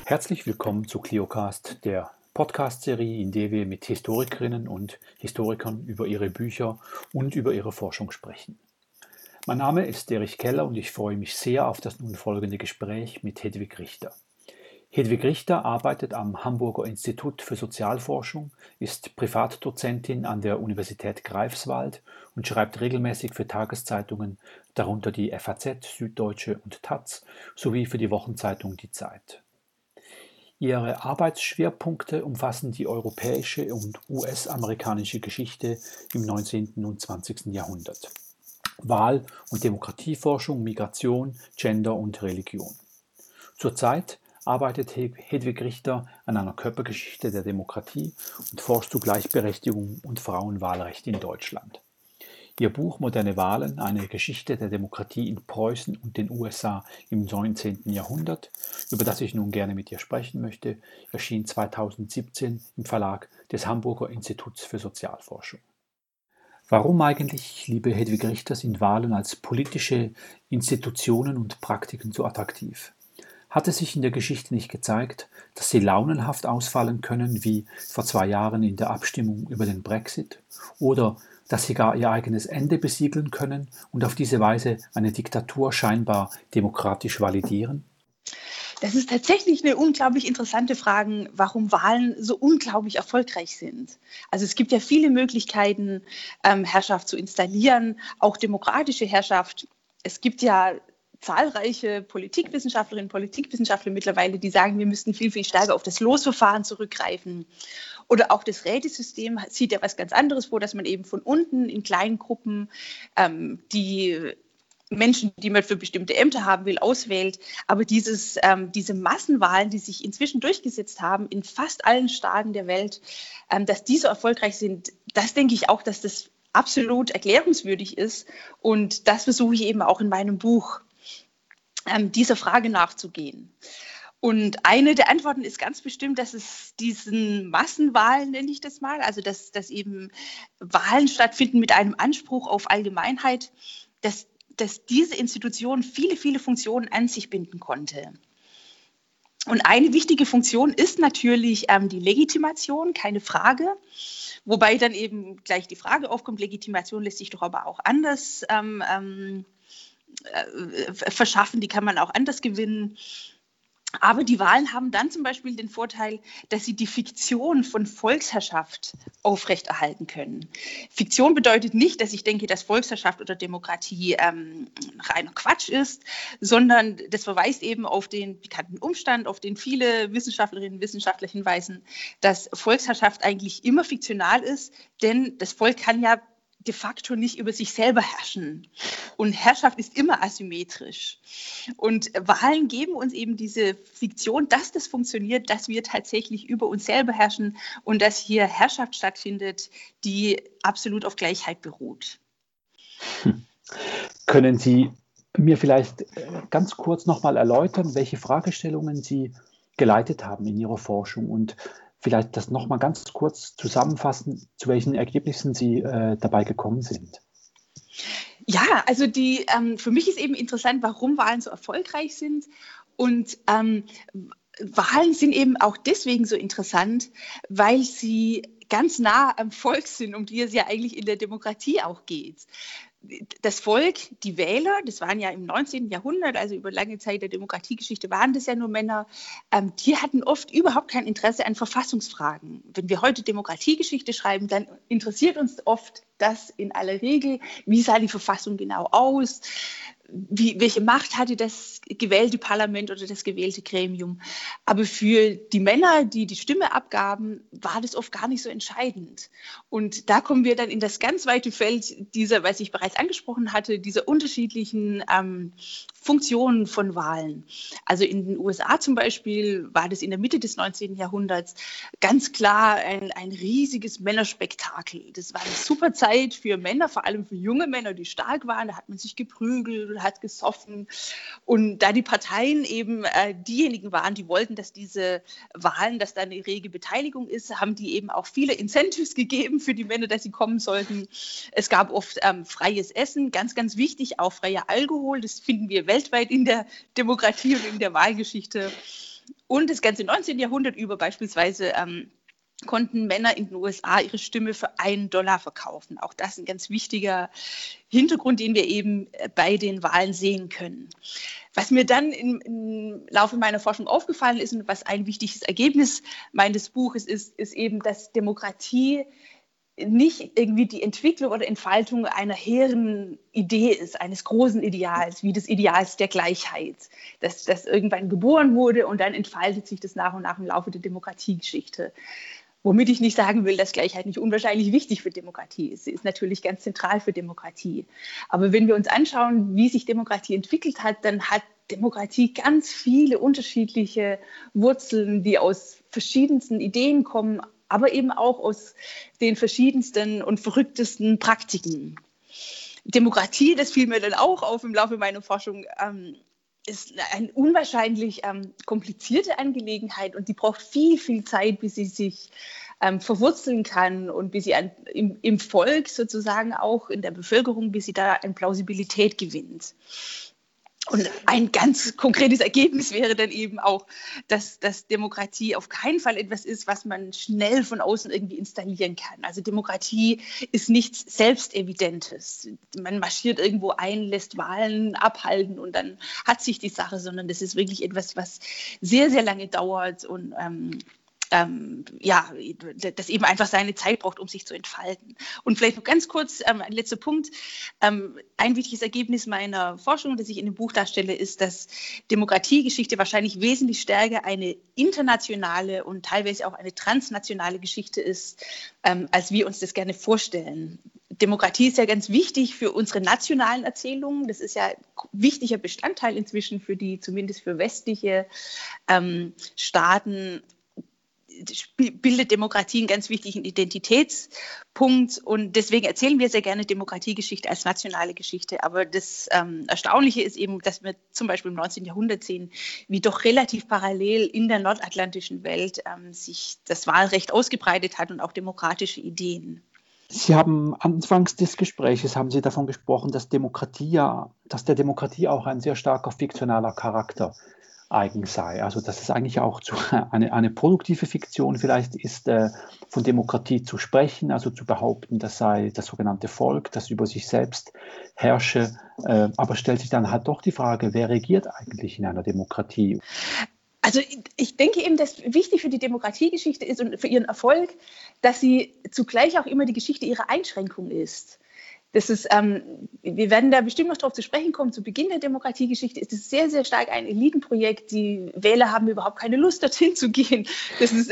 Herzlich willkommen zu ClioCast, der Podcast-Serie, in der wir mit Historikerinnen und Historikern über ihre Bücher und über ihre Forschung sprechen. Mein Name ist Erich Keller und ich freue mich sehr auf das nun folgende Gespräch mit Hedwig Richter. Hedwig Richter arbeitet am Hamburger Institut für Sozialforschung, ist Privatdozentin an der Universität Greifswald und schreibt regelmäßig für Tageszeitungen, darunter die FAZ, Süddeutsche und taz, sowie für die Wochenzeitung Die Zeit. Ihre Arbeitsschwerpunkte umfassen die europäische und US-amerikanische Geschichte im 19. und 20. Jahrhundert, Wahl- und Demokratieforschung, Migration, Gender und Religion. Zurzeit arbeitet Hedwig Richter an einer Körpergeschichte der Demokratie und forscht zu Gleichberechtigung und Frauenwahlrecht in Deutschland. Ihr Buch Moderne Wahlen, eine Geschichte der Demokratie in Preußen und den USA im 19. Jahrhundert, über das ich nun gerne mit dir sprechen möchte, erschien 2017 im Verlag des Hamburger Instituts für Sozialforschung. Warum eigentlich, liebe Hedwig Richter, sind Wahlen als politische Institutionen und Praktiken so attraktiv? Hat es sich in der Geschichte nicht gezeigt, dass sie launenhaft ausfallen können, wie vor 2 Jahren in der Abstimmung über den Brexit? Oder dass sie gar ihr eigenes Ende besiegeln können und auf diese Weise eine Diktatur scheinbar demokratisch validieren? Das ist tatsächlich eine unglaublich interessante Frage, warum Wahlen so unglaublich erfolgreich sind. Also es gibt ja viele Möglichkeiten, Herrschaft zu installieren, auch demokratische Herrschaft. Es gibt ja zahlreiche Politikwissenschaftlerinnen und Politikwissenschaftler mittlerweile, die sagen, wir müssten viel, viel stärker auf das Losverfahren zurückgreifen. Oder auch das Rätesystem sieht ja was ganz anderes vor, dass man eben von unten in kleinen Gruppen die Menschen, die man für bestimmte Ämter haben will, auswählt. Aber diese Massenwahlen, die sich inzwischen durchgesetzt haben in fast allen Staaten der Welt, dass die so erfolgreich sind, das denke ich auch, dass das absolut erklärungswürdig ist. Und das versuche ich eben auch in meinem Buch, dieser Frage nachzugehen. Und eine der Antworten ist ganz bestimmt, dass es diesen Massenwahlen, nenne ich das mal, also dass eben Wahlen stattfinden mit einem Anspruch auf Allgemeinheit, dass diese Institution viele, viele Funktionen an sich binden konnte. Und eine wichtige Funktion ist natürlich die Legitimation, keine Frage. Wobei dann eben gleich die Frage aufkommt, Legitimation lässt sich doch aber auch anders verschaffen, die kann man auch anders gewinnen. Aber die Wahlen haben dann zum Beispiel den Vorteil, dass sie die Fiktion von Volksherrschaft aufrechterhalten können. Fiktion bedeutet nicht, dass ich denke, dass Volksherrschaft oder Demokratie reiner Quatsch ist, sondern das verweist eben auf den bekannten Umstand, auf den viele Wissenschaftlerinnen und Wissenschaftler hinweisen, dass Volksherrschaft eigentlich immer fiktional ist, denn das Volk kann ja de facto nicht über sich selber herrschen. Und Herrschaft ist immer asymmetrisch. Und Wahlen geben uns eben diese Fiktion, dass das funktioniert, dass wir tatsächlich über uns selber herrschen und dass hier Herrschaft stattfindet, die absolut auf Gleichheit beruht. Können Sie mir vielleicht ganz kurz nochmal erläutern, welche Fragestellungen Sie geleitet haben in Ihrer Forschung und vielleicht das nochmal ganz kurz zusammenfassen, zu welchen Ergebnissen Sie dabei gekommen sind? Ja, also für mich ist eben interessant, warum Wahlen so erfolgreich sind. Und Wahlen sind eben auch deswegen so interessant, weil sie ganz nah am Volk sind, um die es ja eigentlich in der Demokratie auch geht. Das Volk, die Wähler, das waren ja im 19. Jahrhundert, also über lange Zeit der Demokratiegeschichte waren das ja nur Männer, die hatten oft überhaupt kein Interesse an Verfassungsfragen. Wenn wir heute Demokratiegeschichte schreiben, dann interessiert uns oft das in aller Regel, wie sah die Verfassung genau aus, welche Macht hatte das gewählte Parlament oder das gewählte Gremium. Aber für die Männer, die die Stimme abgaben, war das oft gar nicht so entscheidend. Und da kommen wir dann in das ganz weite Feld dieser, was ich bereits angesprochen hatte, dieser unterschiedlichen Funktionen von Wahlen. Also in den USA zum Beispiel war das in der Mitte des 19. Jahrhunderts ganz klar ein riesiges Männerspektakel. Das war eine super Zeit für Männer, vor allem für junge Männer, die stark waren. Da hat man sich geprügelt und hat gesoffen. Und da die Parteien eben diejenigen waren, die wollten, dass diese Wahlen, dass da eine rege Beteiligung ist, haben die eben auch viele Incentives gegeben für die Männer, dass sie kommen sollten. Es gab oft freies Essen, ganz, ganz wichtig, auch freier Alkohol. Das finden wir weltweit in der Demokratie und in der Wahlgeschichte. Und das ganze 19. Jahrhundert über beispielsweise konnten Männer in den USA ihre Stimme für $1 verkaufen. Auch das ist ein ganz wichtiger Hintergrund, den wir eben bei den Wahlen sehen können. Was mir dann im Laufe meiner Forschung aufgefallen ist und was ein wichtiges Ergebnis meines Buches ist eben, dass Demokratie nicht irgendwie die Entwicklung oder Entfaltung einer hehren Idee ist, eines großen Ideals, wie das Ideals der Gleichheit, das irgendwann geboren wurde und dann entfaltet sich das nach und nach im Laufe der Demokratiegeschichte. Womit ich nicht sagen will, dass Gleichheit nicht unwahrscheinlich wichtig für Demokratie ist. Sie ist natürlich ganz zentral für Demokratie. Aber wenn wir uns anschauen, wie sich Demokratie entwickelt hat, dann hat Demokratie ganz viele unterschiedliche Wurzeln, die aus verschiedensten Ideen kommen, aber eben auch aus den verschiedensten und verrücktesten Praktiken. Demokratie, das fiel mir dann auch auf im Laufe meiner Forschung, ist eine unwahrscheinlich komplizierte Angelegenheit und die braucht viel, viel Zeit, bis sie sich verwurzeln kann und bis sie im Volk sozusagen auch in der Bevölkerung, bis sie da an Plausibilität gewinnt. Und ein ganz konkretes Ergebnis wäre dann eben auch, dass Demokratie auf keinen Fall etwas ist, was man schnell von außen irgendwie installieren kann. Also Demokratie ist nichts Selbstevidentes. Man marschiert irgendwo ein, lässt Wahlen abhalten und dann hat sich die Sache, sondern das ist wirklich etwas, was sehr, sehr lange dauert und das eben einfach seine Zeit braucht, um sich zu entfalten. Und vielleicht noch ganz kurz ein letzter Punkt. Ein wichtiges Ergebnis meiner Forschung, das ich in dem Buch darstelle, ist, dass Demokratiegeschichte wahrscheinlich wesentlich stärker eine internationale und teilweise auch eine transnationale Geschichte ist, als wir uns das gerne vorstellen. Demokratie ist ja ganz wichtig für unsere nationalen Erzählungen. Das ist ja ein wichtiger Bestandteil inzwischen zumindest für westliche Staaten, bildet Demokratie einen ganz wichtigen Identitätspunkt und deswegen erzählen wir sehr gerne Demokratiegeschichte als nationale Geschichte. Aber das Erstaunliche ist eben, dass wir zum Beispiel im 19. Jahrhundert sehen, wie doch relativ parallel in der nordatlantischen Welt sich das Wahlrecht ausgebreitet hat und auch demokratische Ideen. Sie haben anfangs des Gespräches haben Sie davon gesprochen, dass der Demokratie auch ein sehr starker fiktionaler Charakter eigen sei. Also dass es eigentlich auch eine produktive Fiktion vielleicht ist, von Demokratie zu sprechen, also zu behaupten, das sei das sogenannte Volk, das über sich selbst herrsche. Aber stellt sich dann halt doch die Frage, wer regiert eigentlich in einer Demokratie? Also ich denke eben, dass wichtig für die Demokratiegeschichte ist und für ihren Erfolg, dass sie zugleich auch immer die Geschichte ihrer Einschränkung ist. Das ist, wir werden da bestimmt noch darauf zu sprechen kommen. Zu Beginn der Demokratiegeschichte ist es sehr, sehr stark ein Elitenprojekt. Die Wähler haben überhaupt keine Lust, dorthin zu gehen. Das ist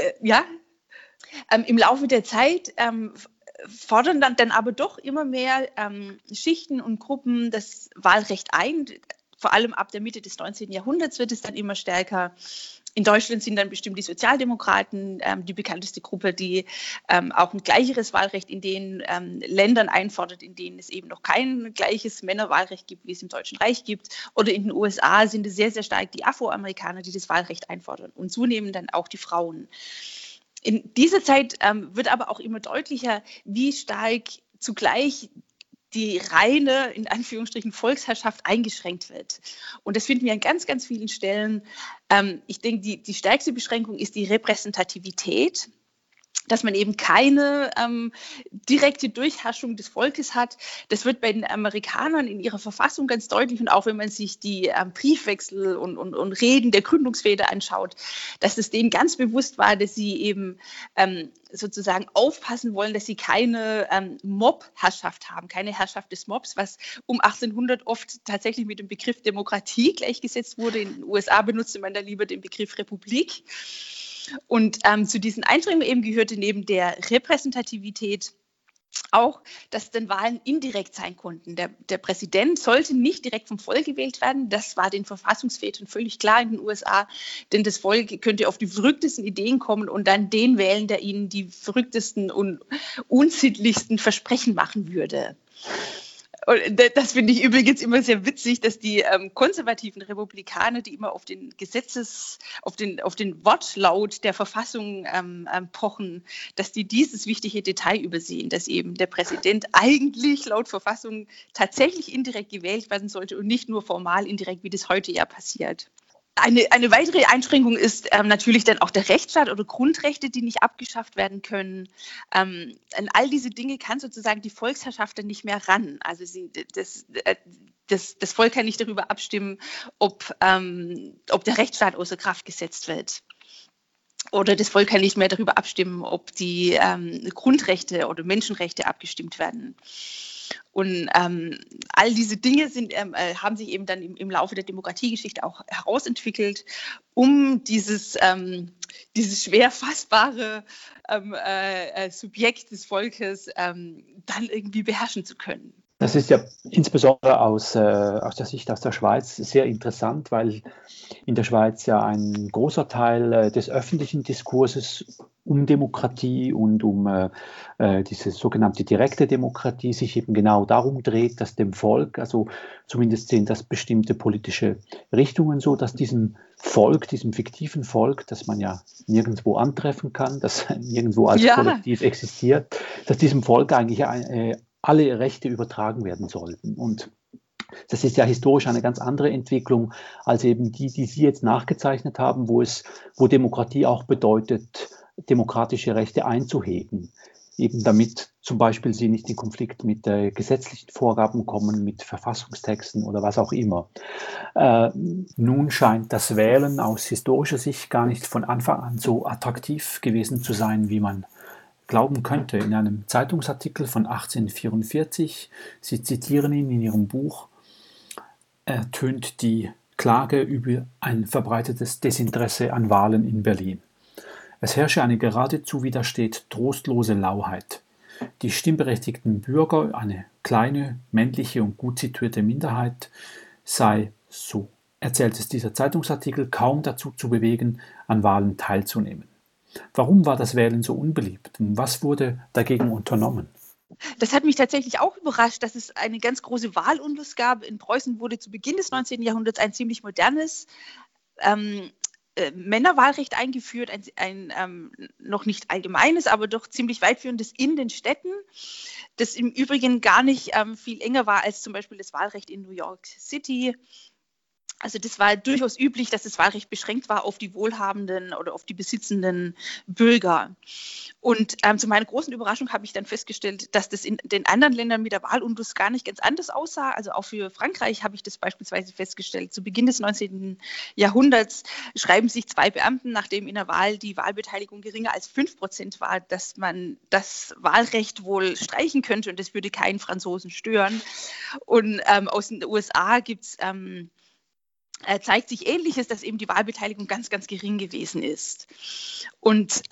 im Laufe der Zeit fordern dann aber doch immer mehr Schichten und Gruppen das Wahlrecht ein. Vor allem ab der Mitte des 19. Jahrhunderts wird es dann immer stärker. In Deutschland sind dann bestimmt die Sozialdemokraten die bekannteste Gruppe, die auch ein gleicheres Wahlrecht in den Ländern einfordert, in denen es eben noch kein gleiches Männerwahlrecht gibt, wie es im Deutschen Reich gibt. Oder in den USA sind es sehr, sehr stark die Afroamerikaner, die das Wahlrecht einfordern und zunehmend dann auch die Frauen. In dieser Zeit wird aber auch immer deutlicher, wie stark zugleich die reine, in Anführungsstrichen, Volksherrschaft eingeschränkt wird. Und das finden wir an ganz, ganz vielen Stellen. Ich denke, die stärkste Beschränkung ist die Repräsentativität, dass man eben keine direkte Durchherrschung des Volkes hat. Das wird bei den Amerikanern in ihrer Verfassung ganz deutlich und auch wenn man sich die Briefwechsel und Reden der Gründungsväter anschaut, dass es denen ganz bewusst war, dass sie eben sozusagen aufpassen wollen, dass sie keine Mob-Herrschaft haben, keine Herrschaft des Mobs, was um 1800 oft tatsächlich mit dem Begriff Demokratie gleichgesetzt wurde. In den USA benutzte man da lieber den Begriff Republik. Und zu diesen Einschränkungen eben gehörte neben der Repräsentativität auch, dass dann Wahlen indirekt sein konnten. Der Präsident sollte nicht direkt vom Volk gewählt werden. Das war den Verfassungsvätern völlig klar in den USA, denn das Volk könnte auf die verrücktesten Ideen kommen und dann den wählen, der ihnen die verrücktesten und unsittlichsten Versprechen machen würde. Und das finde ich übrigens immer sehr witzig, dass die konservativen Republikaner, die immer auf den Wortlaut der Verfassung pochen, dass die dieses wichtige Detail übersehen, dass eben der Präsident eigentlich laut Verfassung tatsächlich indirekt gewählt werden sollte und nicht nur formal indirekt, wie das heute ja passiert. Eine weitere Einschränkung ist natürlich dann auch der Rechtsstaat oder Grundrechte, die nicht abgeschafft werden können. An all diese Dinge kann sozusagen die Volksherrschaft dann nicht mehr ran. Also das Volk kann nicht darüber abstimmen, ob der Rechtsstaat außer Kraft gesetzt wird. Oder das Volk kann nicht mehr darüber abstimmen, ob die Grundrechte oder Menschenrechte abgestimmt werden. Und all diese Dinge haben sich eben dann im Laufe der Demokratiegeschichte auch herausentwickelt, um dieses schwer fassbare Subjekt des Volkes dann irgendwie beherrschen zu können. Das ist ja insbesondere aus der Sicht aus der Schweiz sehr interessant, weil in der Schweiz ja ein großer Teil des öffentlichen Diskurses um Demokratie und um diese sogenannte direkte Demokratie sich eben genau darum dreht, dass dem Volk, also zumindest sehen das bestimmte politische Richtungen so, dass diesem Volk, diesem fiktiven Volk, das man ja nirgendwo antreffen kann, das nirgendwo als Kollektiv existiert, dass diesem Volk eigentlich alle Rechte übertragen werden sollten. Und das ist ja historisch eine ganz andere Entwicklung als eben die Sie jetzt nachgezeichnet haben, wo Demokratie auch bedeutet, demokratische Rechte einzuhegen. Eben damit zum Beispiel sie nicht in Konflikt mit gesetzlichen Vorgaben kommen, mit Verfassungstexten oder was auch immer. Nun scheint das Wählen aus historischer Sicht gar nicht von Anfang an so attraktiv gewesen zu sein, wie man glauben könnte. In einem Zeitungsartikel von 1844, Sie zitieren ihn in Ihrem Buch, ertönt die Klage über ein verbreitetes Desinteresse an Wahlen in Berlin. Es herrsche eine geradezu widersteht trostlose Lauheit. Die stimmberechtigten Bürger, eine kleine, männliche und gut situierte Minderheit, sei, so erzählt es dieser Zeitungsartikel, kaum dazu zu bewegen, an Wahlen teilzunehmen. Warum war das Wählen so unbeliebt und was wurde dagegen unternommen? Das hat mich tatsächlich auch überrascht, dass es eine ganz große Wahlunlust gab. In Preußen wurde zu Beginn des 19. Jahrhunderts ein ziemlich modernes Männerwahlrecht eingeführt, ein noch nicht allgemeines, aber doch ziemlich weitführendes in den Städten, das im Übrigen gar nicht viel enger war als zum Beispiel das Wahlrecht in New York City. Also das war durchaus üblich, dass das Wahlrecht beschränkt war auf die wohlhabenden oder auf die besitzenden Bürger. Und zu meiner großen Überraschung habe ich dann festgestellt, dass das in den anderen Ländern mit der Wahlunlust gar nicht ganz anders aussah. Also auch für Frankreich habe ich das beispielsweise festgestellt. Zu Beginn des 19. Jahrhunderts schreiben sich zwei Beamten, nachdem in der Wahl die Wahlbeteiligung geringer als 5% war, dass man das Wahlrecht wohl streichen könnte und das würde keinen Franzosen stören. Und aus den USA gibt es zeigt sich Ähnliches, dass eben die Wahlbeteiligung ganz, ganz gering gewesen ist. Und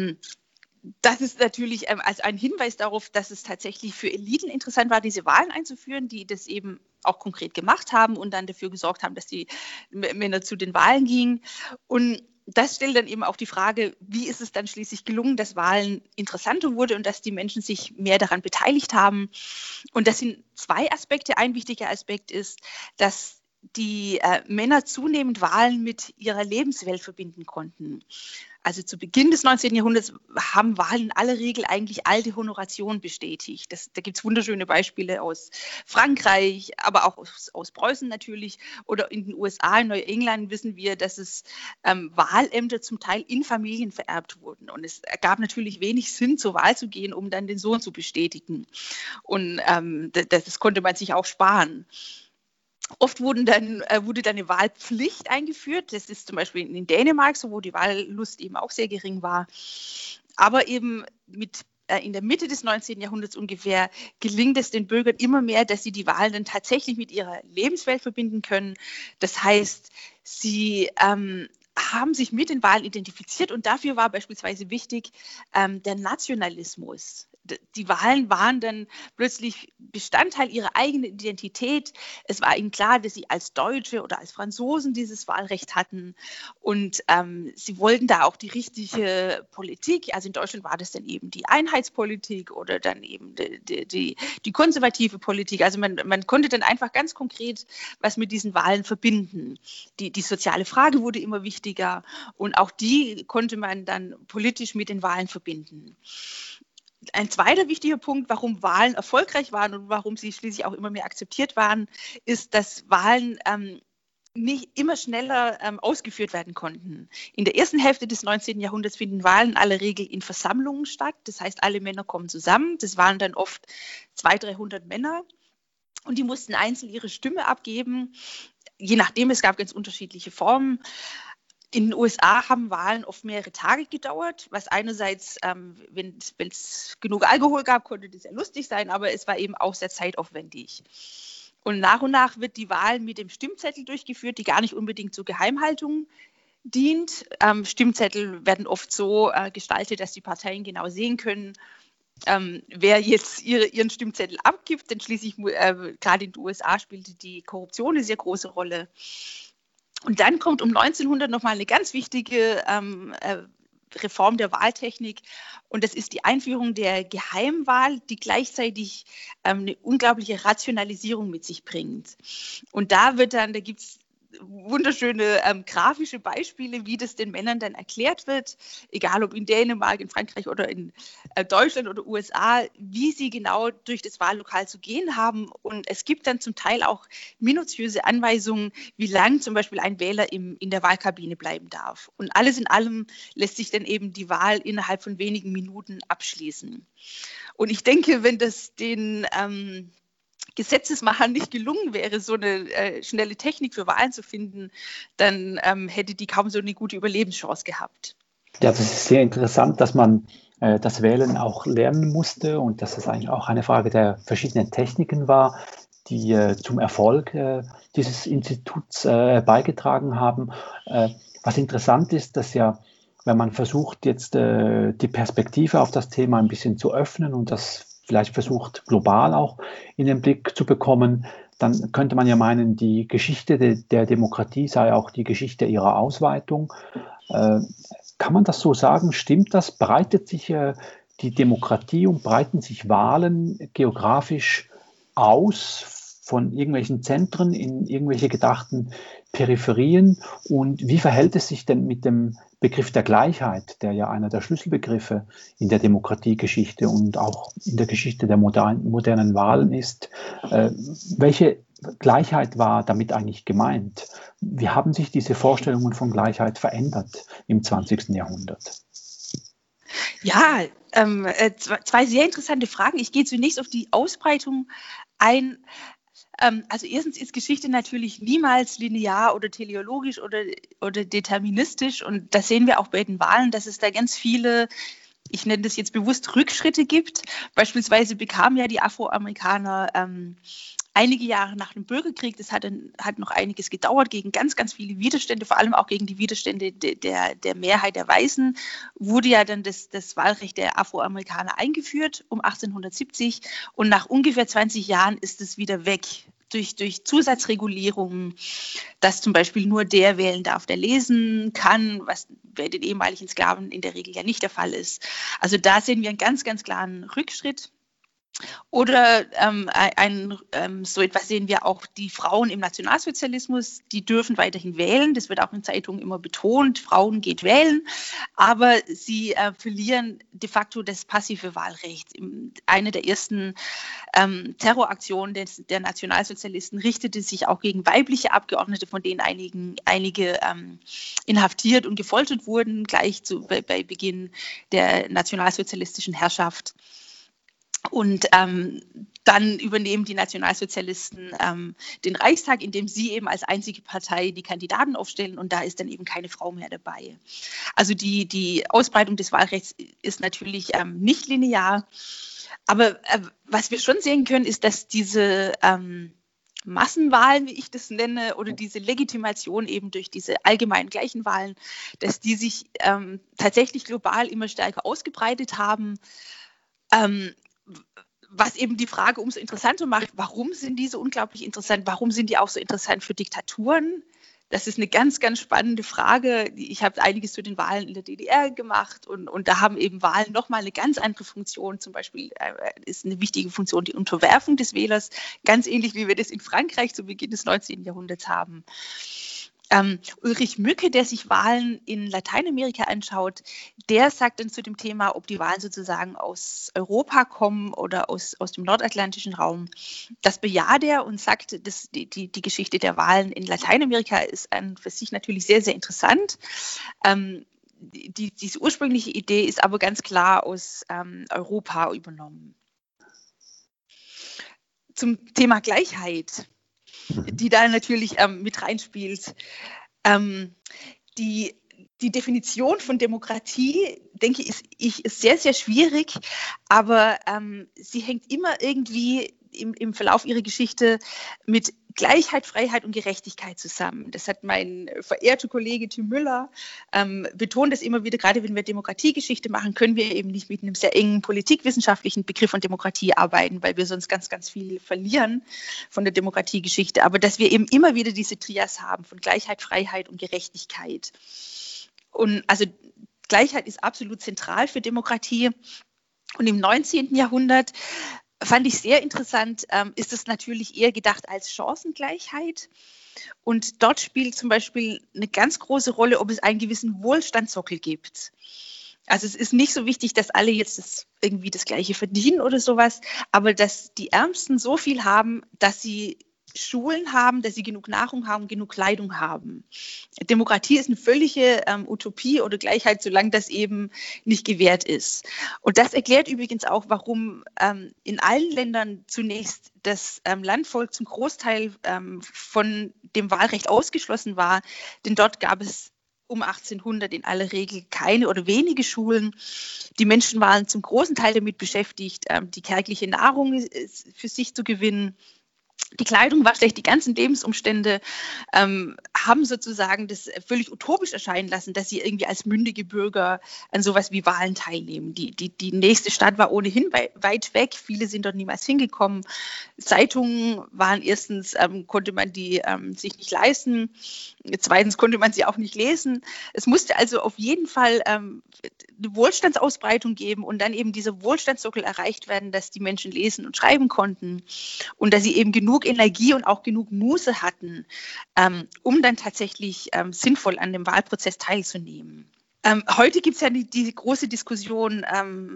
das ist natürlich als ein Hinweis darauf, dass es tatsächlich für Eliten interessant war, diese Wahlen einzuführen, die das eben auch konkret gemacht haben und dann dafür gesorgt haben, dass die Männer zu den Wahlen gingen. Und das stellt dann eben auch die Frage, wie ist es dann schließlich gelungen, dass Wahlen interessanter wurde und dass die Menschen sich mehr daran beteiligt haben. Und das sind zwei Aspekte. Ein wichtiger Aspekt ist, dass die Männer zunehmend Wahlen mit ihrer Lebenswelt verbinden konnten. Also zu Beginn des 19. Jahrhunderts haben Wahlen in aller Regel eigentlich alte Honoration bestätigt. Da gibt es wunderschöne Beispiele aus Frankreich, aber auch aus Preußen natürlich. Oder in den USA, in Neuengland wissen wir, dass es Wahlämter zum Teil in Familien vererbt wurden. Und es ergab natürlich wenig Sinn, zur Wahl zu gehen, um dann den Sohn zu bestätigen. Und das konnte man sich auch sparen. Oft wurde dann eine Wahlpflicht eingeführt. Das ist zum Beispiel in Dänemark so, wo die Wahllust eben auch sehr gering war. Aber eben in der Mitte des 19. Jahrhunderts ungefähr gelingt es den Bürgern immer mehr, dass sie die Wahlen dann tatsächlich mit ihrer Lebenswelt verbinden können. Das heißt, sie haben sich mit den Wahlen identifiziert und dafür war beispielsweise wichtig der Nationalismus. Die Wahlen waren dann plötzlich Bestandteil ihrer eigenen Identität. Es war ihnen klar, dass sie als Deutsche oder als Franzosen dieses Wahlrecht hatten und sie wollten da auch die richtige Politik. Also in Deutschland war das dann eben die Einheitspolitik oder dann eben die konservative Politik. Also man konnte dann einfach ganz konkret was mit diesen Wahlen verbinden. Die soziale Frage wurde immer wichtiger und auch die konnte man dann politisch mit den Wahlen verbinden. Ein zweiter wichtiger Punkt, warum Wahlen erfolgreich waren und warum sie schließlich auch immer mehr akzeptiert waren, ist, dass Wahlen nicht immer schneller ausgeführt werden konnten. In der ersten Hälfte des 19. Jahrhunderts finden Wahlen in aller Regel in Versammlungen statt. Das heißt, alle Männer kommen zusammen. Das waren dann oft 200, 300 Männer. Und die mussten einzeln ihre Stimme abgeben. Je nachdem, es gab ganz unterschiedliche Formen. In den USA haben Wahlen oft mehrere Tage gedauert, was einerseits, wenn es genug Alkohol gab, konnte das sehr lustig sein, aber es war eben auch sehr zeitaufwendig. Und nach wird die Wahl mit dem Stimmzettel durchgeführt, die gar nicht unbedingt zur Geheimhaltung dient. Stimmzettel werden oft so gestaltet, dass die Parteien genau sehen können, wer jetzt ihren Stimmzettel abgibt. Denn schließlich, gerade in den USA, spielte die Korruption eine sehr große Rolle. Und dann kommt um 1900 nochmal eine ganz wichtige Reform der Wahltechnik. Und das ist die Einführung der Geheimwahl, die gleichzeitig eine unglaubliche Rationalisierung mit sich bringt. Und da gibt es wunderschöne grafische Beispiele, wie das den Männern dann erklärt wird, egal ob in Dänemark, in Frankreich oder in Deutschland oder USA, wie sie genau durch das Wahllokal zu gehen haben. Und es gibt dann zum Teil auch minutiöse Anweisungen, wie lang zum Beispiel ein Wähler in der Wahlkabine bleiben darf. Und alles in allem lässt sich dann eben die Wahl innerhalb von wenigen Minuten abschließen. Und ich denke, wenn das den Gesetzesmachern nicht gelungen wäre, so eine schnelle Technik für Wahlen zu finden, dann hätte die kaum so eine gute Überlebenschance gehabt. Ja, das ist sehr interessant, dass man das Wählen auch lernen musste und dass es eigentlich auch eine Frage der verschiedenen Techniken war, die zum Erfolg dieses Instituts beigetragen haben. Was interessant ist, dass ja, wenn man versucht, jetzt die Perspektive auf das Thema ein bisschen zu öffnen und das vielleicht versucht, global auch in den Blick zu bekommen, dann könnte man ja meinen, die Geschichte der Demokratie sei auch die Geschichte ihrer Ausweitung. Kann man das so sagen? Stimmt das? Breitet sich die Demokratie und breiten sich Wahlen geografisch aus von irgendwelchen Zentren in irgendwelche gedachten Peripherien? Und wie verhält es sich denn mit dem Begriff der Gleichheit, der ja einer der Schlüsselbegriffe in der Demokratiegeschichte und auch in der Geschichte der modernen Wahlen ist? Welche Gleichheit war damit eigentlich gemeint? Wie haben sich diese Vorstellungen von Gleichheit verändert im 20. Jahrhundert? Ja, zwei sehr interessante Fragen. Ich gehe zunächst auf die Ausbreitung ein. Also erstens ist Geschichte natürlich niemals linear oder teleologisch oder deterministisch. Und das sehen wir auch bei den Wahlen, dass es da ganz viele, ich nenne das jetzt bewusst, Rückschritte gibt. Beispielsweise bekamen ja die Afroamerikaner einige Jahre nach dem Bürgerkrieg, das hat noch einiges gedauert, gegen ganz, ganz viele Widerstände, vor allem auch gegen die Widerstände der Mehrheit der Weißen, wurde ja dann das Wahlrecht der Afroamerikaner eingeführt um 1870 und nach ungefähr 20 Jahren ist es wieder weg. Durch Zusatzregulierungen, dass zum Beispiel nur der wählen darf, der lesen kann, was bei den ehemaligen Sklaven in der Regel ja nicht der Fall ist. Also da sehen wir einen ganz, ganz klaren Rückschritt. Oder so etwas sehen wir auch, die Frauen im Nationalsozialismus, die dürfen weiterhin wählen. Das wird auch in Zeitungen immer betont, Frauen geht wählen, aber sie verlieren de facto das passive Wahlrecht. Eine der ersten Terroraktionen der Nationalsozialisten richtete sich auch gegen weibliche Abgeordnete, von denen einige inhaftiert und gefoltert wurden, gleich bei Beginn der nationalsozialistischen Herrschaft. Und dann übernehmen die Nationalsozialisten den Reichstag, indem sie eben als einzige Partei die Kandidaten aufstellen und da ist dann eben keine Frau mehr dabei. Also die Ausbreitung des Wahlrechts ist natürlich nicht linear, aber was wir schon sehen können, ist, dass diese Massenwahlen, wie ich das nenne, oder diese Legitimation eben durch diese allgemeinen gleichen Wahlen, dass die sich tatsächlich global immer stärker ausgebreitet haben. Was eben die Frage umso interessanter macht, warum sind die so unglaublich interessant? Warum sind die auch so interessant für Diktaturen? Das ist eine ganz, ganz spannende Frage. Ich habe einiges zu den Wahlen in der DDR gemacht und da haben eben Wahlen nochmal eine ganz andere Funktion. Zum Beispiel ist eine wichtige Funktion die Unterwerfung des Wählers, ganz ähnlich wie wir das in Frankreich zu Beginn des 19. Jahrhunderts haben. Ulrich Mücke, der sich Wahlen in Lateinamerika anschaut, der sagt dann zu dem Thema, ob die Wahlen sozusagen aus Europa kommen oder aus dem nordatlantischen Raum. Das bejaht er und sagt, dass die Geschichte der Wahlen in Lateinamerika ist für sich natürlich sehr, sehr interessant. Diese ursprüngliche Idee ist aber ganz klar aus Europa übernommen. Zum Thema Gleichheit, die da natürlich mit reinspielt. Die Definition von Demokratie, denke ich, ist sehr, sehr schwierig, aber sie hängt immer irgendwie im Verlauf ihrer Geschichte mit Gleichheit, Freiheit und Gerechtigkeit zusammen. Das hat mein verehrter Kollege Tim Müller betont das immer wieder, gerade wenn wir Demokratiegeschichte machen, können wir eben nicht mit einem sehr engen politikwissenschaftlichen Begriff von Demokratie arbeiten, weil wir sonst ganz, ganz viel verlieren von der Demokratiegeschichte. Aber dass wir eben immer wieder diese Trias haben von Gleichheit, Freiheit und Gerechtigkeit. Und also Gleichheit ist absolut zentral für Demokratie. Und im 19. Jahrhundert fand ich sehr interessant, ist es natürlich eher gedacht als Chancengleichheit. Und dort spielt zum Beispiel eine ganz große Rolle, ob es einen gewissen Wohlstandssockel gibt. Also es ist nicht so wichtig, dass alle jetzt irgendwie das Gleiche verdienen oder sowas, aber dass die Ärmsten so viel haben, dass sie Schulen haben, dass sie genug Nahrung haben, genug Kleidung haben. Demokratie ist eine völlige Utopie oder Gleichheit, solange das eben nicht gewährt ist. Und das erklärt übrigens auch, warum in allen Ländern zunächst das Landvolk zum Großteil von dem Wahlrecht ausgeschlossen war, denn dort gab es um 1800 in aller Regel keine oder wenige Schulen. Die Menschen waren zum großen Teil damit beschäftigt, die kärgliche Nahrung für sich zu gewinnen. Die Kleidung war schlecht, die ganzen Lebensumstände haben sozusagen das völlig utopisch erscheinen lassen, dass sie irgendwie als mündige Bürger an sowas wie Wahlen teilnehmen. Die nächste Stadt war ohnehin weit weg, viele sind dort niemals hingekommen. Zeitungen waren erstens, konnte man die sich nicht leisten, zweitens konnte man sie auch nicht lesen. Es musste also auf jeden Fall eine Wohlstandsausbreitung geben und dann eben dieser Wohlstandssockel erreicht werden, dass die Menschen lesen und schreiben konnten und dass sie eben genug Energie und auch genug Muße hatten, um dann tatsächlich sinnvoll an dem Wahlprozess teilzunehmen. Heute gibt es ja die große Diskussion,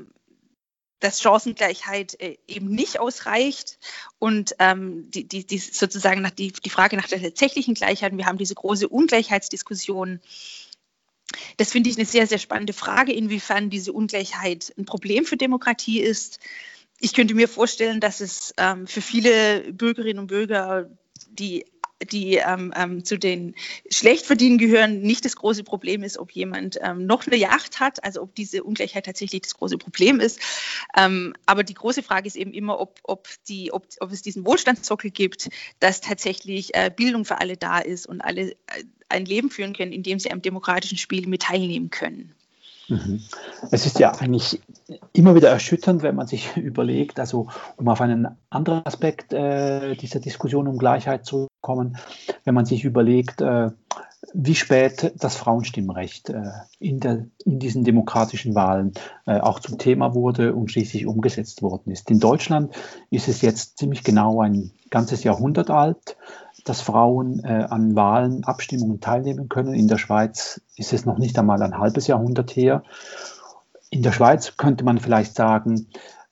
dass Chancengleichheit eben nicht ausreicht und sozusagen die Frage nach der tatsächlichen Gleichheit. Wir haben diese große Ungleichheitsdiskussion. Das finde ich eine sehr, sehr spannende Frage, inwiefern diese Ungleichheit ein Problem für Demokratie ist. Ich könnte mir vorstellen, dass es für viele Bürgerinnen und Bürger, die zu den Schlechtverdienenden gehören, nicht das große Problem ist, ob jemand noch eine Yacht hat, also ob diese Ungleichheit tatsächlich das große Problem ist. Aber die große Frage ist eben immer, ob es diesen Wohlstandssockel gibt, dass tatsächlich Bildung für alle da ist und alle ein Leben führen können, in dem sie am demokratischen Spiel mit teilnehmen können. Es ist ja eigentlich immer wieder erschütternd, wenn man sich überlegt, also um auf einen anderen Aspekt dieser Diskussion um Gleichheit zu kommen, wenn man sich überlegt, wie spät das Frauenstimmrecht in diesen demokratischen Wahlen auch zum Thema wurde und schließlich umgesetzt worden ist. In Deutschland ist es jetzt ziemlich genau ein ganzes Jahrhundert alt, dass Frauen an Wahlen, Abstimmungen teilnehmen können. In der Schweiz ist es noch nicht einmal ein halbes Jahrhundert her. In der Schweiz könnte man vielleicht sagen,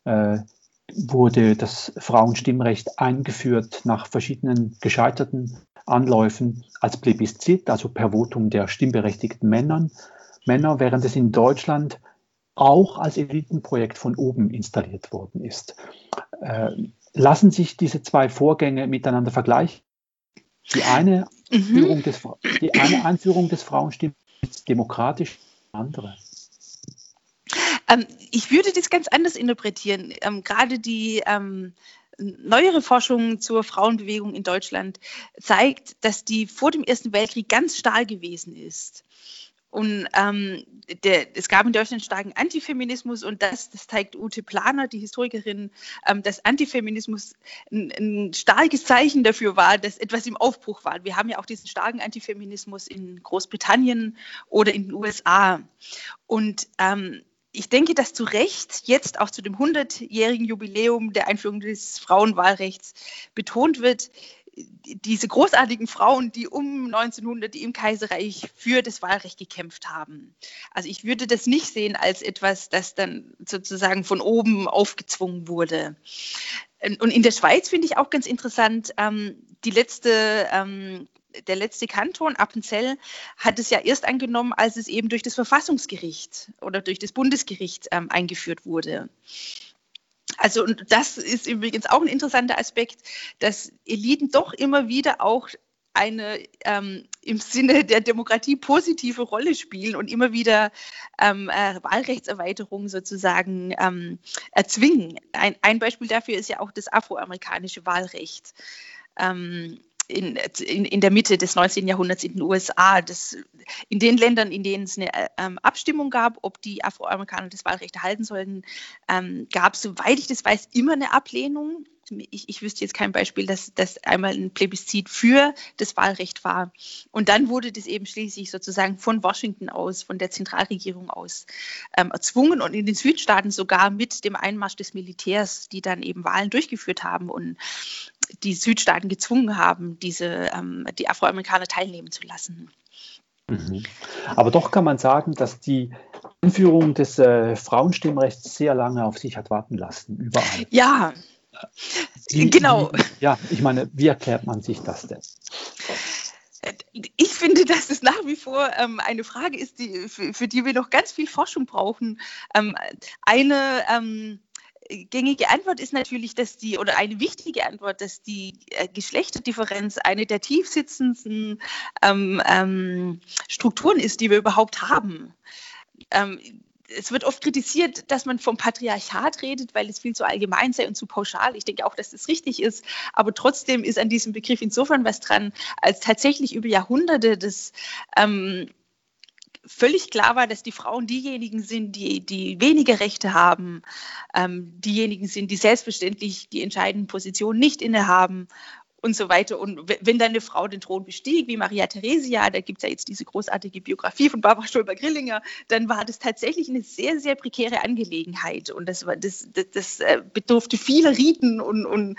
wurde das Frauenstimmrecht eingeführt nach verschiedenen gescheiterten Anläufen als Plebiszit, also per Votum der stimmberechtigten Männer, während es in Deutschland auch als Elitenprojekt von oben installiert worden ist. Lassen sich diese zwei Vorgänge miteinander vergleichen? Die eine Einführung des Frauenstimmrechts demokratisch, die andere. Ich würde das ganz anders interpretieren. Gerade die neuere Forschung zur Frauenbewegung in Deutschland zeigt, dass die vor dem Ersten Weltkrieg ganz stahl gewesen ist. Und es gab in Deutschland starken Antifeminismus und das zeigt Ute Planer, die Historikerin, dass Antifeminismus ein starkes Zeichen dafür war, dass etwas im Aufbruch war. Wir haben ja auch diesen starken Antifeminismus in Großbritannien oder in den USA. Und ich denke, dass zu Recht jetzt auch zu dem 100-jährigen Jubiläum der Einführung des Frauenwahlrechts betont wird, diese großartigen Frauen, die um 1900 im Kaiserreich für das Wahlrecht gekämpft haben. Also ich würde das nicht sehen als etwas, das dann sozusagen von oben aufgezwungen wurde. Und in der Schweiz finde ich auch ganz interessant, der letzte Kanton, Appenzell, hat es ja erst angenommen, als es eben durch das Verfassungsgericht oder durch das Bundesgericht eingeführt wurde. Also, und das ist übrigens auch ein interessanter Aspekt, dass Eliten doch immer wieder auch eine im Sinne der Demokratie positive Rolle spielen und immer wieder Wahlrechtserweiterungen sozusagen erzwingen. Ein Beispiel dafür ist ja auch das afroamerikanische Wahlrecht. In der Mitte des 19. Jahrhunderts in den USA. In den Ländern, in denen es eine Abstimmung gab, ob die Afroamerikaner das Wahlrecht erhalten sollten, gab es, soweit ich das weiß, immer eine Ablehnung. Ich wüsste jetzt kein Beispiel, dass das einmal ein Plebiszit für das Wahlrecht war. Und dann wurde das eben schließlich sozusagen von Washington aus, von der Zentralregierung aus erzwungen und in den Südstaaten sogar mit dem Einmarsch des Militärs, die dann eben Wahlen durchgeführt haben und die Südstaaten gezwungen haben, die Afroamerikaner teilnehmen zu lassen. Mhm. Aber doch kann man sagen, dass die Einführung des Frauenstimmrechts sehr lange auf sich hat warten lassen, überall. Ja, genau. Ich meine, wie erklärt man sich das denn? Ich finde, dass es nach wie vor eine Frage ist, für die wir noch ganz viel Forschung brauchen. Eine gängige Antwort ist natürlich, eine wichtige Antwort, dass die Geschlechterdifferenz eine der tiefsitzendsten Strukturen ist, die wir überhaupt haben. Es wird oft kritisiert, dass man vom Patriarchat redet, weil es viel zu allgemein sei und zu pauschal. Ich denke auch, dass das richtig ist. Aber trotzdem ist an diesem Begriff insofern was dran, als tatsächlich über Jahrhunderte das völlig klar war, dass die Frauen diejenigen sind, die weniger Rechte haben, diejenigen sind, die selbstverständlich die entscheidenden Positionen nicht innehaben und so weiter. Und wenn dann eine Frau den Thron bestieg, wie Maria Theresia, da gibt es ja jetzt diese großartige Biografie von Barbara Stolper-Grillinger, dann war das tatsächlich eine sehr, sehr prekäre Angelegenheit. Und das bedurfte vieler Riten und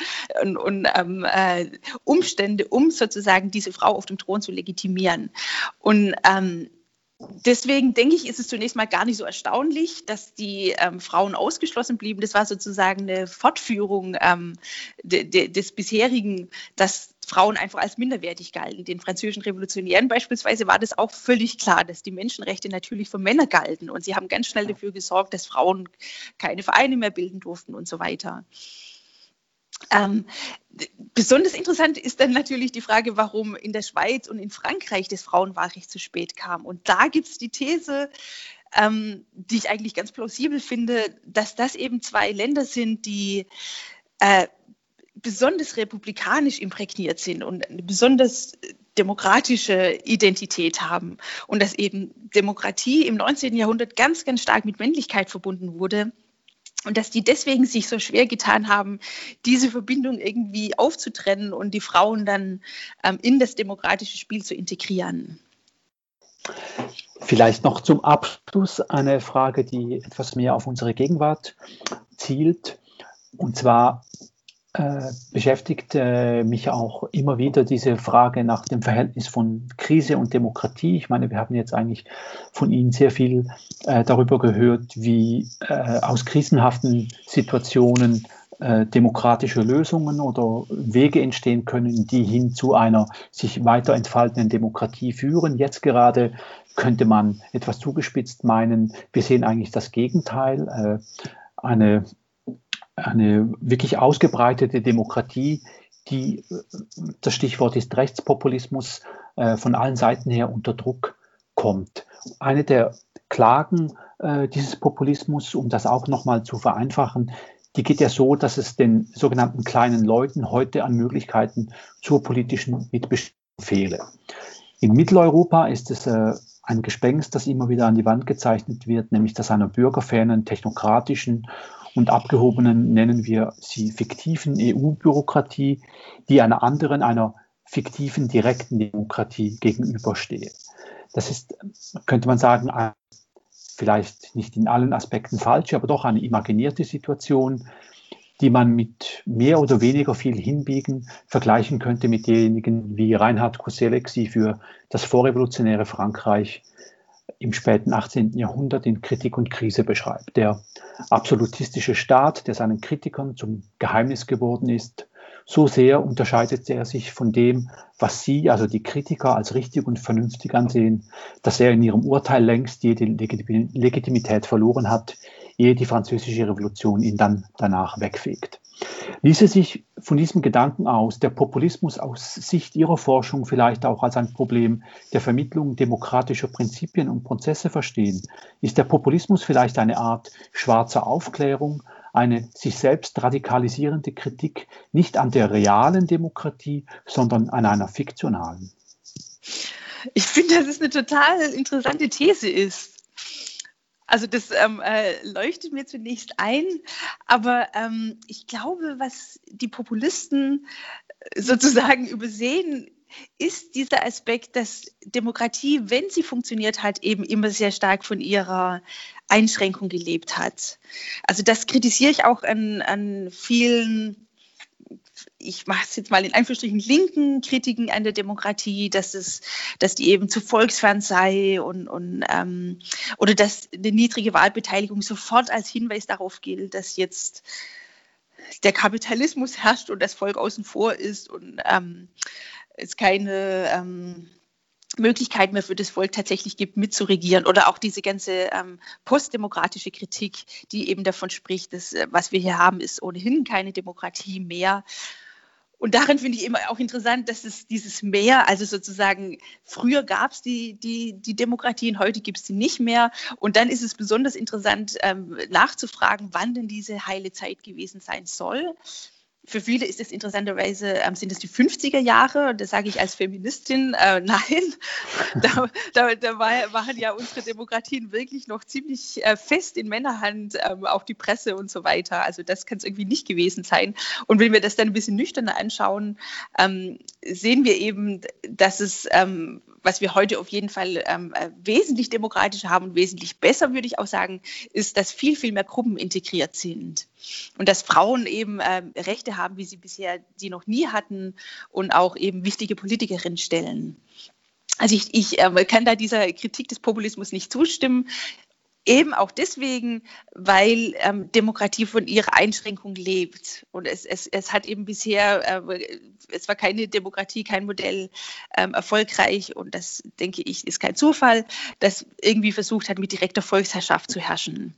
Umstände, um sozusagen diese Frau auf dem Thron zu legitimieren. Und deswegen denke ich, ist es zunächst mal gar nicht so erstaunlich, dass die Frauen ausgeschlossen blieben. Das war sozusagen eine Fortführung des bisherigen, dass Frauen einfach als minderwertig galten. Den französischen Revolutionären beispielsweise war das auch völlig klar, dass die Menschenrechte natürlich für Männer galten. Und sie haben ganz schnell dafür gesorgt, dass Frauen keine Vereine mehr bilden durften und so weiter. Besonders interessant ist dann natürlich die Frage, warum in der Schweiz und in Frankreich das Frauenwahlrecht zu spät kam. Und da gibt es die These, die ich eigentlich ganz plausibel finde, dass das eben zwei Länder sind, die besonders republikanisch imprägniert sind und eine besonders demokratische Identität haben. Und dass eben Demokratie im 19. Jahrhundert ganz, ganz stark mit Männlichkeit verbunden wurde. Und dass die deswegen sich so schwer getan haben, diese Verbindung irgendwie aufzutrennen und die Frauen dann in das demokratische Spiel zu integrieren. Vielleicht noch zum Abschluss eine Frage, die etwas mehr auf unsere Gegenwart zielt. Und zwar beschäftigt mich auch immer wieder diese Frage nach dem Verhältnis von Krise und Demokratie. Ich meine, wir haben jetzt eigentlich von Ihnen sehr viel darüber gehört, wie aus krisenhaften Situationen demokratische Lösungen oder Wege entstehen können, die hin zu einer sich weiter entfaltenden Demokratie führen. Jetzt gerade könnte man etwas zugespitzt meinen, wir sehen eigentlich das Gegenteil, eine wirklich ausgebreitete Demokratie, die, das Stichwort ist Rechtspopulismus, von allen Seiten her unter Druck kommt. Eine der Klagen dieses Populismus, um das auch nochmal zu vereinfachen, die geht ja so, dass es den sogenannten kleinen Leuten heute an Möglichkeiten zur politischen Mitbestimmung fehle. In Mitteleuropa ist es ein Gespenst, das immer wieder an die Wand gezeichnet wird, nämlich das einer bürgerfernen, technokratischen und abgehobenen, nennen wir sie fiktiven EU-Bürokratie, die einer anderen, einer fiktiven, direkten Demokratie gegenübersteht. Das ist, könnte man sagen, vielleicht nicht in allen Aspekten falsch, aber doch eine imaginierte Situation, die man mit mehr oder weniger viel Hinbiegen vergleichen könnte mit denjenigen, wie Reinhard Koselleck sie für das vorrevolutionäre Frankreich im späten 18. Jahrhundert in Kritik und Krise beschreibt. Der absolutistische Staat, der seinen Kritikern zum Geheimnis geworden ist, so sehr unterscheidet er sich von dem, was sie, also die Kritiker, als richtig und vernünftig ansehen, dass er in ihrem Urteil längst jede Legitimität verloren hat, ehe die Französische Revolution ihn dann danach wegfegt. Ließe sich von diesem Gedanken aus der Populismus aus Sicht Ihrer Forschung vielleicht auch als ein Problem der Vermittlung demokratischer Prinzipien und Prozesse verstehen? Ist der Populismus vielleicht eine Art schwarzer Aufklärung, eine sich selbst radikalisierende Kritik nicht an der realen Demokratie, sondern an einer fiktionalen? Ich finde, dass es eine total interessante These ist. Also das leuchtet mir zunächst ein, aber ich glaube, was die Populisten sozusagen übersehen, ist dieser Aspekt, dass Demokratie, wenn sie funktioniert hat, eben immer sehr stark von ihrer Einschränkung gelebt hat. Also das kritisiere ich auch an vielen, ich mache es jetzt mal in Anführungsstrichen, linken Kritiken an der Demokratie, dass die eben zu volksfern sei oder dass eine niedrige Wahlbeteiligung sofort als Hinweis darauf gilt, dass jetzt der Kapitalismus herrscht und das Volk außen vor ist und es keine Möglichkeit mehr für das Volk tatsächlich gibt, mitzuregieren. Oder auch diese ganze postdemokratische Kritik, die eben davon spricht, dass was wir hier haben, ist ohnehin keine Demokratie mehr. Und darin finde ich immer auch interessant, dass es dieses Mehr, also sozusagen, früher gab es die Demokratie und heute gibt es sie nicht mehr. Und dann ist es besonders interessant, nachzufragen, wann denn diese heile Zeit gewesen sein soll. Für viele ist es interessanterweise, sind es die 50er Jahre, und das sage ich als Feministin, nein, da waren ja unsere Demokratien wirklich noch ziemlich fest in Männerhand, auch die Presse und so weiter. Also das kann es irgendwie nicht gewesen sein. Und wenn wir das dann ein bisschen nüchterner anschauen, sehen wir eben, dass es, was wir heute auf jeden Fall wesentlich demokratischer haben und wesentlich besser, würde ich auch sagen, ist, dass viel, viel mehr Gruppen integriert sind. Und dass Frauen eben Rechte haben, wie sie bisher die noch nie hatten und auch eben wichtige Politikerinnen stellen. Also ich kann da dieser Kritik des Populismus nicht zustimmen. Eben auch deswegen, weil Demokratie von ihrer Einschränkung lebt. Und es hat eben bisher, es war keine Demokratie, kein Modell erfolgreich. Und das, denke ich, ist kein Zufall, das irgendwie versucht hat, mit direkter Volksherrschaft zu herrschen.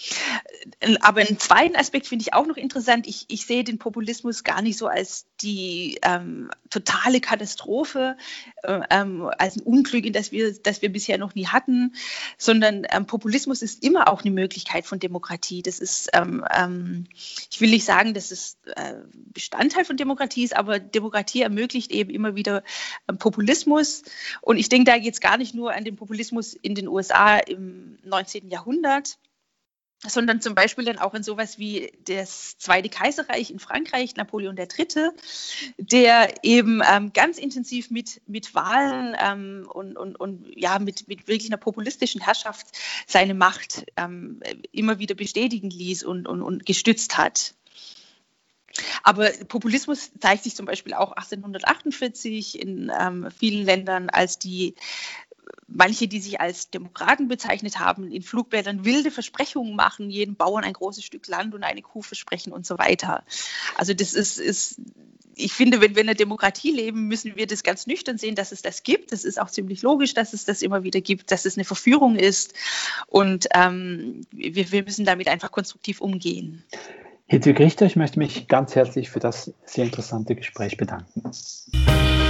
Aber einen zweiten Aspekt finde ich auch noch interessant. Ich sehe den Populismus gar nicht so als die totale Katastrophe, als ein Unglück, das wir bisher noch nie hatten, sondern Populismus ist immer auch eine Möglichkeit von Demokratie. Das ist, ich will nicht sagen, dass es Bestandteil von Demokratie ist, aber Demokratie ermöglicht eben immer wieder Populismus. Und ich denke da jetzt gar nicht nur an den Populismus in den USA im 19. Jahrhundert, sondern zum Beispiel dann auch in sowas wie das Zweite Kaiserreich in Frankreich, Napoleon III., der eben ganz intensiv mit Wahlen und ja, mit wirklich einer populistischen Herrschaft seine Macht immer wieder bestätigen ließ und gestützt hat. Aber Populismus zeigt sich zum Beispiel auch 1848 in vielen Ländern, als manche, die sich als Demokraten bezeichnet haben, in Flugblättern wilde Versprechungen machen, jedem Bauern ein großes Stück Land und eine Kuh versprechen und so weiter. Also das ist ich finde, wenn wir in einer Demokratie leben, müssen wir das ganz nüchtern sehen, dass es das gibt. Das ist auch ziemlich logisch, dass es das immer wieder gibt, dass es eine Verführung ist. Und wir müssen damit einfach konstruktiv umgehen. Hedwig Richter, ich möchte mich ganz herzlich für das sehr interessante Gespräch bedanken.